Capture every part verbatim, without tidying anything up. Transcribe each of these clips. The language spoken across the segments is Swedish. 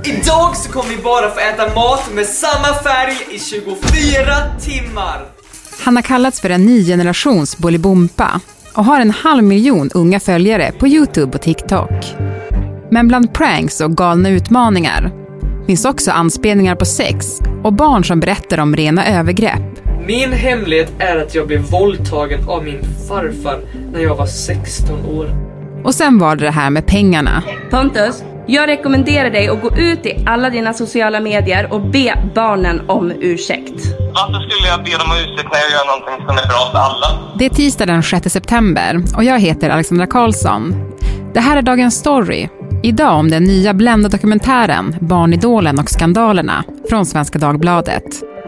Idag så kommer vi bara få äta mat med samma färg i tjugofyra timmar. Han har kallats för en ny generations Bolibompa och har en halv miljon unga följare på YouTube och TikTok. Men bland pranks och galna utmaningar finns också anspelningar på sex och barn som berättar om rena övergrepp. Min hemlighet är att jag blev våldtagen av min farfar när jag var sexton år. Och sen var det det här med pengarna. Pontus, jag rekommenderar dig att gå ut i alla dina sociala medier och be barnen om ursäkt. Varför skulle jag be dem om ursäkt när jag gör någonting som är bra för alla? Det är tisdag den sjätte september och jag heter Alexandra Karlsson. Det här är dagens story. Idag om den nya Blenda-dokumentären Barnidolen och skandalerna från Svenska Dagbladet.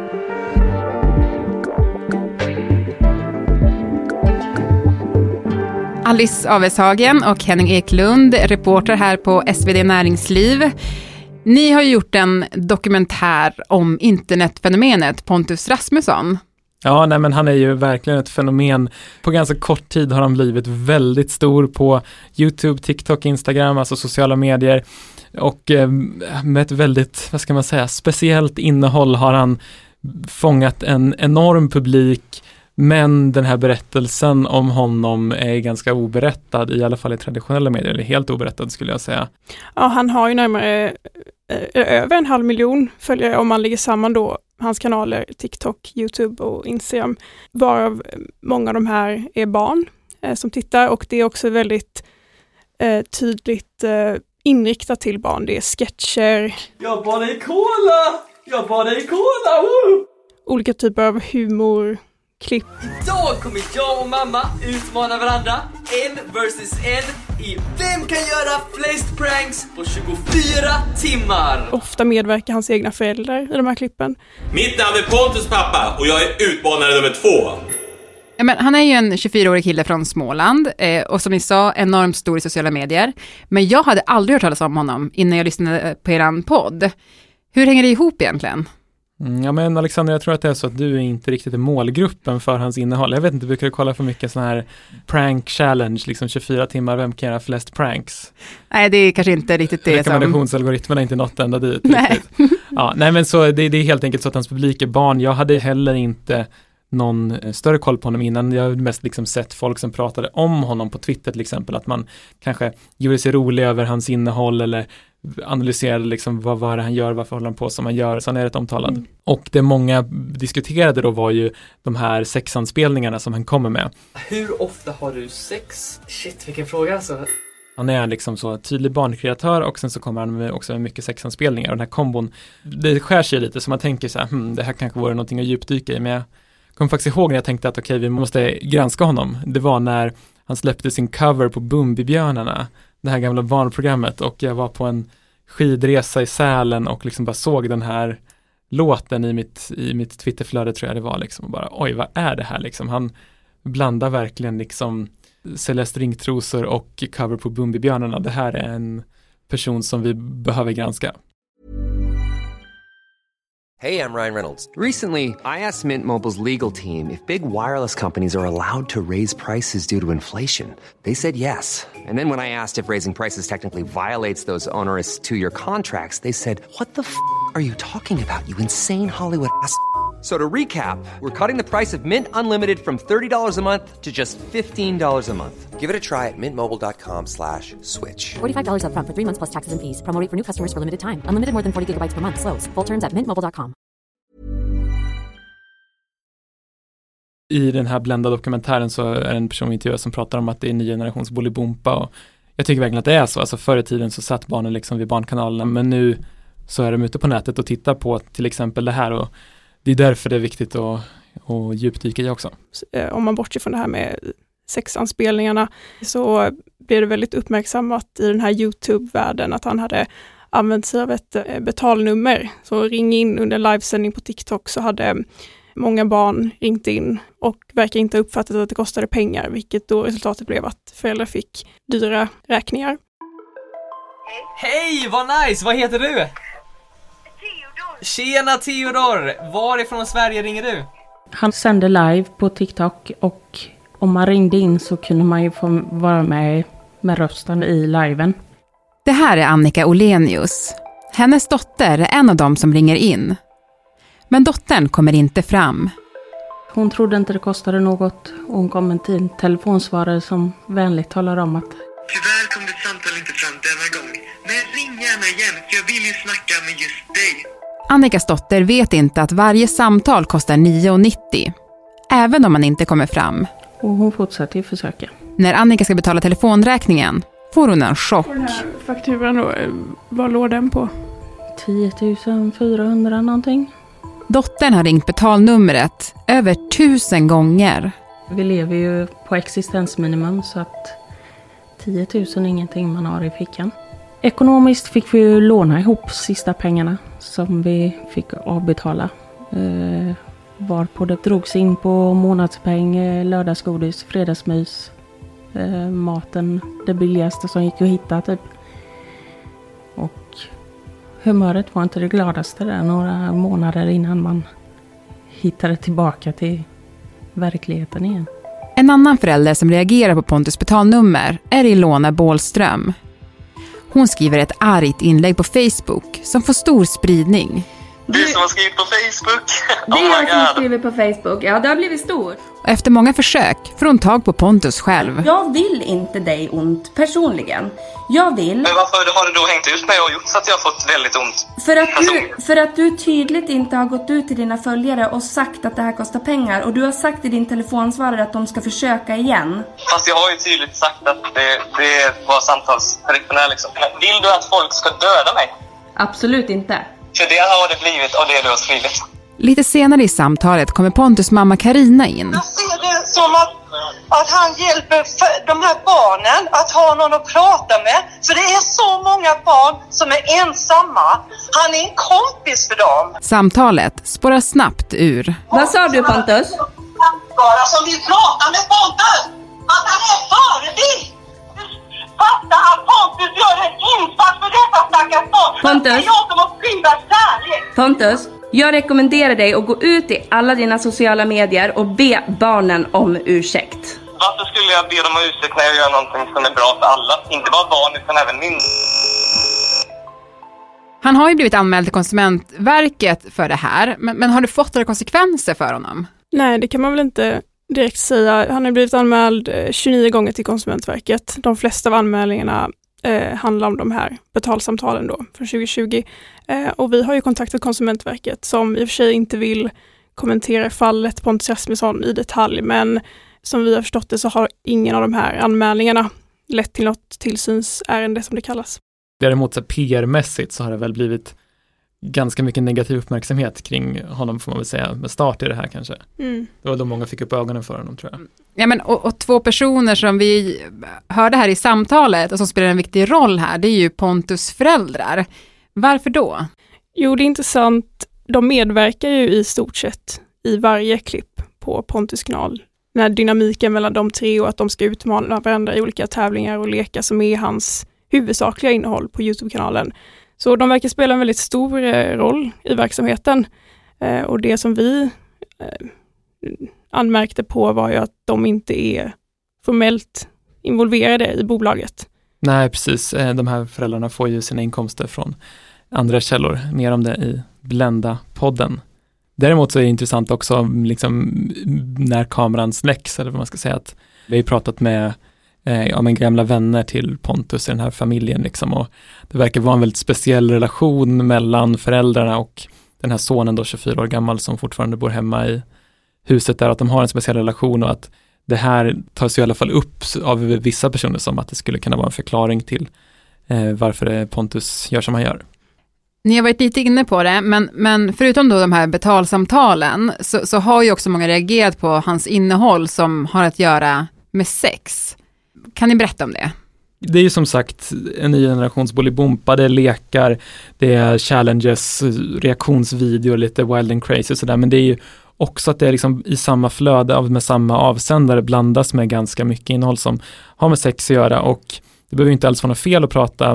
Alice Aveshagen och Henning Eklund, reporter här på S V D Näringsliv. Ni har gjort en dokumentär om internetfenomenet Pontus Rasmusson. Ja, nej, men han är ju verkligen ett fenomen. På ganska kort tid har han blivit väldigt stor på YouTube, TikTok, Instagram, alltså sociala medier. Och eh, med ett väldigt, vad ska man säga, speciellt innehåll har han fångat en enorm publik. Men den här berättelsen om honom är ganska oberättad, i alla fall i traditionella medier, eller helt oberättad skulle jag säga. Ja, han har ju närmare eh, över en halv miljon följare om man lägger samman då hans kanaler TikTok, YouTube och Instagram, varav många av de här är barn eh, som tittar, och det är också väldigt eh, tydligt eh, inriktat till barn. Det är sketcher. Jag badar i cola! Jag badar i cola! Woo! Olika typer av humor. Klipp. Idag kommer jag och mamma utmana varandra en versus en i vem kan göra flest pranks på tjugofyra timmar. Ofta medverkar hans egna föräldrar i de här klippen. Mitt namn är Pontus pappa och jag är utmanare nummer två. Ja, men han är ju en tjugofyraårig kille från Småland eh, och som ni sa enormt stor i sociala medier. Men jag hade aldrig hört talas om honom innan jag lyssnade på eran podd. Hur hänger det ihop egentligen? Ja, men Alexander, jag tror att det är så att du är inte riktigt i målgruppen för hans innehåll. Jag vet inte, brukar du kolla för mycket sån här prank challenge, liksom tjugofyra timmar, vem kan göra flest pranks? Nej, det är kanske inte riktigt det. Rekommendationsalgoritmerna är inte något ända dit. Nej. Ja, nej, men så det, det är helt enkelt så att hans publik är barn. Jag hade heller inte någon större koll på honom innan. Jag har mest liksom sett folk som pratade om honom på Twitter till exempel, att man kanske gjorde sig rolig över hans innehåll eller analyserade liksom vad var det han gör, varför håller han på som han gör, så han är rätt omtalad. Mm. Och det många diskuterade då var ju de här sexanspelningarna som han kommer med. Hur ofta har du sex? Shit, vilken fråga alltså. Han är liksom så tydlig barnkreatör och sen så kommer han med också med mycket sexanspelningar, och den här kombon, det skär sig lite så man tänker så här, hmm, det här kanske vore någonting att djupdyka i, men jag kom faktiskt ihåg när jag tänkte att okej, okay, vi måste granska honom. Det var när han släppte sin cover på Bumbibjörnarna, det här gamla barnprogrammet, och jag var på en skidresa i Sälen och liksom bara såg den här låten i mitt, i mitt Twitterflöde, tror jag det var liksom, och bara oj, vad är det här liksom? Han blandar verkligen liksom Celeste Ringtrosor och cover på Bumbibjörnarna. Det här är en person som vi behöver granska. Hey, I'm Ryan Reynolds. Recently, I asked Mint Mobile's legal team if big wireless companies are allowed to raise prices due to inflation. They said yes. And then when I asked if raising prices technically violates those onerous two-year contracts, they said, what the f*** are you talking about, you insane Hollywood ass f- So to recap, we're cutting the price of Mint Unlimited from thirty dollars a month to just fifteen dollars a month. Give it a try at mintmobile.com slash switch. forty-five dollars up front for three months plus taxes and fees. Promo rate for new customers for limited time. Unlimited more than forty gigabytes per month. Slows full terms at mint mobile dot com. I den här Blenda-dokumentären så är det en person vi intervjuar som pratar om att det är en ny generations Bolibompa, och jag tycker verkligen att det är så. Alltså förr i tiden så satt barnen liksom vid barnkanalerna, men nu så är de ute på nätet och tittar på till exempel det här, och det är därför det är viktigt att, att djupdyka i också. Om man bortser från det här med sexanspelningarna så blev det väldigt uppmärksammat i den här YouTube-världen att han hade använt sig av ett betalnummer. Så ring in under livesändning på TikTok, så hade många barn ringt in och verkar inte ha uppfattat att det kostade pengar, vilket då resultatet blev att föräldrar fick dyra räkningar. Hej, vad nice! Vad heter du? Theodor. Tjena Theodor! Varifrån i Sverige ringer du? Han sände live på TikTok, och om man ringde in så kunde man ju få vara med med rösten i liven. Det här är Annika Olenius. Hennes dotter är en av dem som ringer in. Men dottern kommer inte fram. Hon trodde inte det kostade något och hon kom till en telefonsvarare som vänligt talar om att tyvärr kom ditt samtal inte fram denna gång. Men ring gärna igen, för jag vill ju snacka med just dig. Annikas dotter vet inte att varje samtal kostar nio nittio. Även om man inte kommer fram. Och hon fortsatte ju försöka. När Annika ska betala telefonräkningen får hon en chock. Och den här fakturan då, vad låg den på? tio tusen fyrahundra någonting. Dottern har ringt betalnumret över tusen gånger. Vi lever ju på existensminimum så att tio tusen är ingenting man har i fickan. Ekonomiskt fick vi ju låna ihop sista pengarna som vi fick avbetala. Eh, varpå det drogs in på månadspeng, lördagsgodis, fredagsmys, eh, maten, det billigaste som gick att hitta typ. Och humöret var inte det gladaste där några månader innan man hittade tillbaka till verkligheten igen. En annan förälder som reagerar på Pontus betalnummer är Ilona Bålström. Hon skriver ett argt inlägg på Facebook som får stor spridning. Du som har skrivit på Facebook. Det är oh jag som har skrivit på Facebook. Ja, det har blivit stor. Och efter många försök får hon tag på Pontus själv. Jag vill inte dig ont personligen. Jag vill... Men varför har du då hängt ut mig och gjort så att jag har fått väldigt ont? För att, du, för att du tydligt inte har gått ut till dina följare och sagt att det här kostar pengar. Och du har sagt i din telefonsvarare att de ska försöka igen. Fast jag har ju tydligt sagt att det, det var samtalsperioden liksom. Vill du att folk ska döda mig? Absolut inte. För det har det blivit av det du har skrivit. Lite senare i samtalet kommer Pontus mamma Karina in. Jag ser det som att, att han hjälper de här barnen att ha någon att prata med. För det är så många barn som är ensamma. Han är en kompis för dem. Samtalet spårar snabbt ur. Vad sa du, Pontus? Som vill prata med Pontus. Att han är förebild. Fatta att Pontus gör en insats för detta stackars barn. Pontus. Det är jag som har skrivit kärlek. Pontus, jag rekommenderar dig att gå ut i alla dina sociala medier och be barnen om ursäkt. Varför skulle jag be dem om ursäkt när jag gör någonting som är bra för alla? Inte bara barn utan även min. Han har ju blivit anmäld till Konsumentverket för det här. Men, men har det fått några konsekvenser för honom? Nej, det kan man väl inte direkt säga. Han har blivit anmäld tjugonio gånger till Konsumentverket. De flesta av anmälningarna eh, handlar om de här betalsamtalen då från tjugo tjugo. Eh, och vi har ju kontaktat Konsumentverket som i och för sig inte vill kommentera fallet Pontus Rasmusson i detalj. Men som vi har förstått det så har ingen av de här anmälningarna lett till något tillsynsärende som det kallas. Däremot så P R-mässigt så har det väl blivit ganska mycket negativ uppmärksamhet kring honom, får man väl säga, med start i det här kanske. Mm. Det var då många fick upp ögonen för honom, tror jag. Ja, men, och, och två personer som vi hörde här i samtalet och som spelar en viktig roll här, det är ju Pontus föräldrar. Varför då? Jo, det är intressant. De medverkar ju i stort sett i varje klipp på Pontus kanal. Den här dynamiken mellan de tre och att de ska utmana varandra i olika tävlingar och lekar som är hans huvudsakliga innehåll på YouTube-kanalen. Så de verkar spela en väldigt stor eh, roll i verksamheten. Eh, och det som vi eh, anmärkte på var ju att de inte är formellt involverade i bolaget. Nej, precis. De här föräldrarna får ju sina inkomster från andra källor. Mer om det i Blenda-podden. Däremot så är det intressant också liksom, när kameran släcks, eller vad man ska säga, att vi har ju pratat med eh, ja, men gamla vänner till Pontus i den här familjen liksom, och det verkar vara en väldigt speciell relation mellan föräldrarna och den här sonen då, tjugofyra år gammal, som fortfarande bor hemma i huset där, att de har en speciell relation och att det här tas i alla fall upp av vissa personer som att det skulle kunna vara en förklaring till eh, varför Pontus gör som han gör. Ni har varit lite inne på det, men, men förutom då de här betalsamtalen så, så har ju också många reagerat på hans innehåll som har att göra med sex. Kan ni berätta om det? Det är ju som sagt en ny generations Bolibompa, det är lekar, det är challenges, reaktionsvideo, lite wild and crazy och sådär, men det är ju också att det är liksom i samma flöde av med samma avsändare blandas med ganska mycket innehåll som har med sex att göra, och det behöver inte alls vara något fel att prata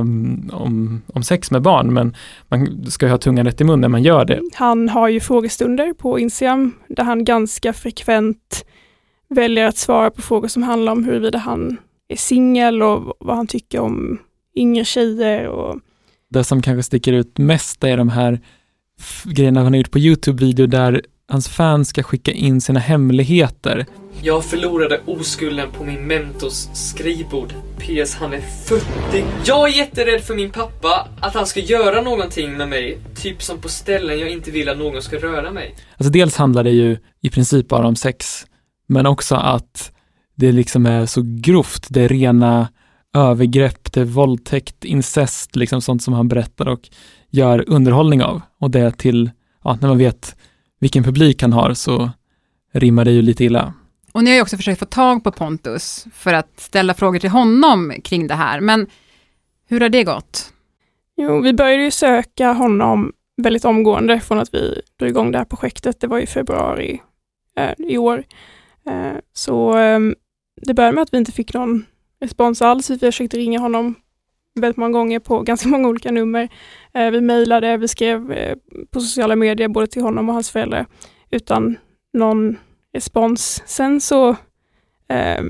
om, om sex med barn, men man ska ju ha tungan rätt i mun när man gör det. Han har ju frågestunder på Instagram där han ganska frekvent väljer att svara på frågor som handlar om huruvida han är singel och vad han tycker om yngre tjejer och Det som kanske sticker ut mest är de här f- grejerna han har gjort på YouTube-video där hans fans ska skicka in sina hemligheter. Jag förlorade oskulden på min mentors skrivbord. P S han är fyrtio. Jag är jätterädd för min pappa att han ska göra någonting med mig. Typ som på ställen jag inte vill att någon ska röra mig. Alltså dels handlar det ju i princip bara om sex. Men också att det liksom är så grovt. Det är rena övergrepp, det är våldtäkt, incest, liksom sånt som han berättar och gör underhållning av. Och det till, ja, när man vet vilken publik han har så rimmar det ju lite illa. Och ni har ju också försökt få tag på Pontus för att ställa frågor till honom kring det här. Men hur har det gått? Jo, vi började ju söka honom väldigt omgående från att vi drog igång det här projektet. Det var i februari eh, i år. Eh, så eh, det började med att vi inte fick någon respons alls. Vi försökte ringa honom väldigt många gånger på ganska många olika nummer. Eh, vi mejlade, vi skrev eh, på sociala medier både till honom och hans föräldrar utan någon respons. Sen så eh,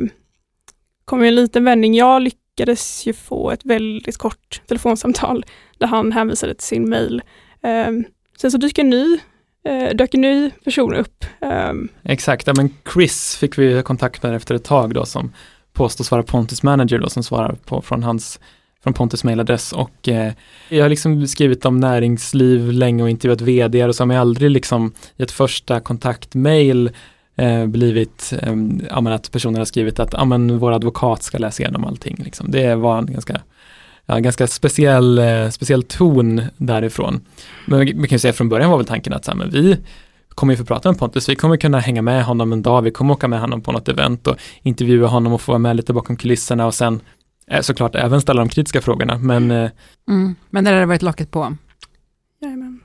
kom en liten vändning. Jag lyckades ju få ett väldigt kort telefonsamtal där han hänvisade till sin mejl. Eh, sen så dyker en ny, eh, dök en ny person upp. Eh, Exakt, ja, men Chris fick vi kontakt med efter ett tag då som påstås vara Pontus manager då som svarar på från hans från Pontus mailadress och eh, jag har liksom skrivit om näringsliv länge och intervjuat vd och så har jag aldrig liksom i ett första kontaktmail eh, blivit eh, ja, men att personen har skrivit att ja, men vår advokat ska läsa igenom allting liksom. Det var en ganska ja, ganska speciell eh, speciell ton därifrån. Men vi, vi kan ju säga från början var väl tanken att så här, men vi kommer ju få prata med Pontus, vi kommer kunna hänga med honom en dag, vi kommer åka med honom på något event och intervjua honom och få vara med lite bakom kulisserna och sen såklart även ställa de kritiska frågorna. Men, mm, men där har det varit locket på. Jajamän.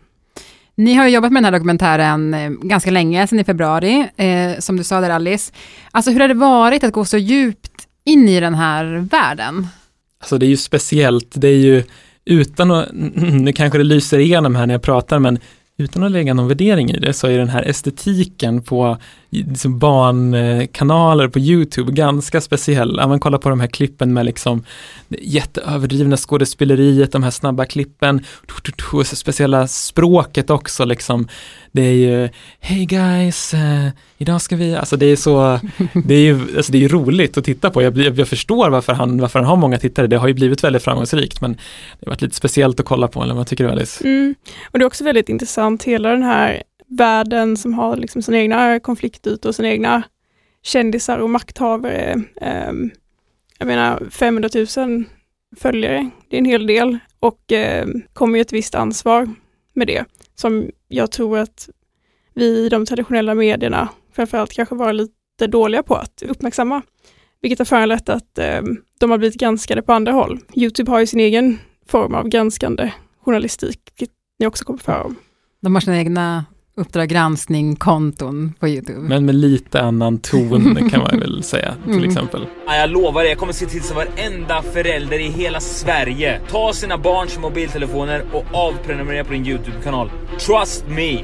Ni har ju jobbat med den här dokumentären eh, ganska länge, sedan i februari, eh, som du sa där Alice. Alltså hur har det varit att gå så djupt in i den här världen? Alltså det är ju speciellt, det är ju utan att, nu kanske det lyser igenom här när jag pratar, men utan att lägga någon värdering i det så är den här estetiken på liksom barnkanaler på YouTube ganska speciell. Man kollar på de här klippen med liksom jätteöverdrivna skådespeleriet, de här snabba klippen, och så speciella språket också liksom. Det är ju hey guys, uh, idag ska vi, alltså det är så det är ju alltså det är roligt att titta på. Jag, jag förstår varför han varför han har många tittare. Det har ju blivit väldigt framgångsrikt, men det har varit lite speciellt att kolla på, eller vad tycker du Alice? Mm. Och det är också väldigt intressant hela den här världen som har liksom sina egna konfliktytor och sina egna kändisar och makthavare. Um, jag menar femhundratusen följare, det är en hel del och um, kommer ju ett visst ansvar med det som jag tror att vi i de traditionella medierna framförallt kanske var lite dåliga på att uppmärksamma, vilket har föranlett att um, de har blivit granskade på andra håll. YouTube har ju sin egen form av granskande journalistik, vilket ni också kommer för om. De har sina egna Uppdrag granskning-konton på YouTube. Men med lite annan ton kan man väl säga till mm. exempel. Ja, jag lovar det, jag kommer se till så varenda förälder i hela Sverige tar sina barns mobiltelefoner och avprenumererar på din YouTube-kanal. Trust me!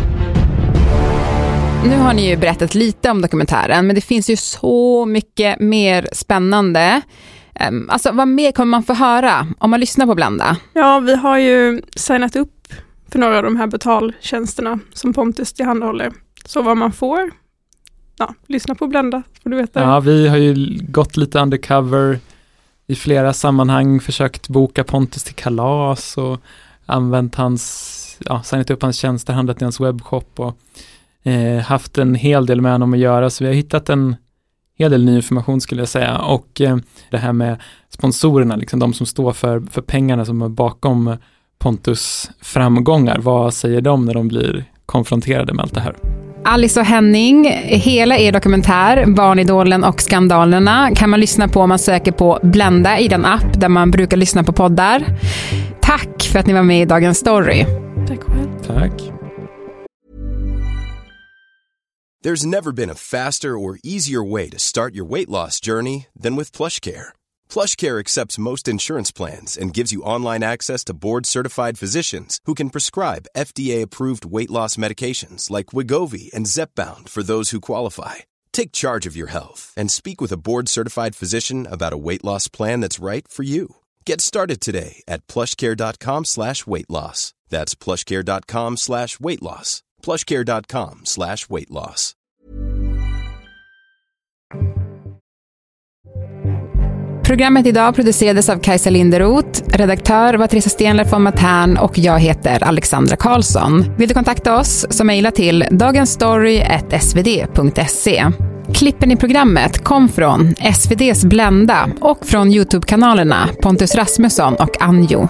Nu har ni ju berättat lite om dokumentären, men det finns ju så mycket mer spännande. Alltså vad mer kommer man få höra om man lyssnar på Blenda? Ja, vi har ju signat upp för några av de här betaltjänsterna som Pontus tillhandahåller. Så vad man får, ja, lyssna på Blenda, får du veta. Ja, vi har ju gått lite undercover i flera sammanhang, försökt boka Pontus till kalas och använt hans, ja, signat upp hans tjänster, handlat i hans webbshop och eh, haft en hel del med honom att göra. Så vi har hittat en hel del ny information skulle jag säga. Och eh, det här med sponsorerna, liksom de som står för, för pengarna som är bakom Pontus framgångar. Vad säger de när de blir konfronterade med allt det här? Alice och Henning, hela er dokumentär Barnidolen och skandalerna kan man lyssna på om man söker på Blenda i den app där man brukar lyssna på poddar. Tack för att ni var med i Dagens Story. Tack själv. Tack. There's never been a faster or easier way to start your weight loss journey than with PlushCare. PlushCare accepts most insurance plans and gives you online access to board-certified physicians who can prescribe F D A-approved weight loss medications like Wegovy and Zepbound for those who qualify. Take charge of your health and speak with a board-certified physician about a weight loss plan that's right for you. Get started today at plushcare.com slash weight loss. That's plushcare.com slash weight loss. plushcare.com slash weight loss. Programmet idag producerades av Kajsa Linderoth, redaktör var Teresa Stenler von Matern och jag heter Alexandra Karlsson. Vill du kontakta oss så mejla till dagensstory at s v d punkt se. Klippen i programmet kom från S V D:s Blenda och från YouTube-kanalerna Pontus Rasmusson och Anjo.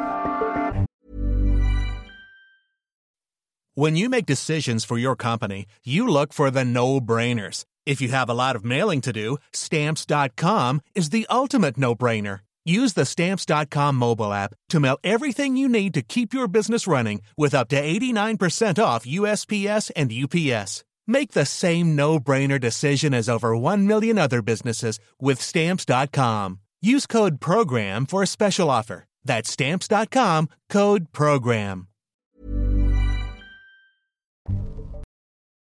When you make decisions for your company, you look for the no-brainers. If you have a lot of mailing to do, stamps dot com is the ultimate no-brainer. Use the stamps dot com mobile app to mail everything you need to keep your business running with up to eighty-nine percent off U S P S and U P S. Make the same no-brainer decision as over one million other businesses with stamps dot com. Use code PROGRAM for a special offer. That's stamps dot com, code PROGRAM.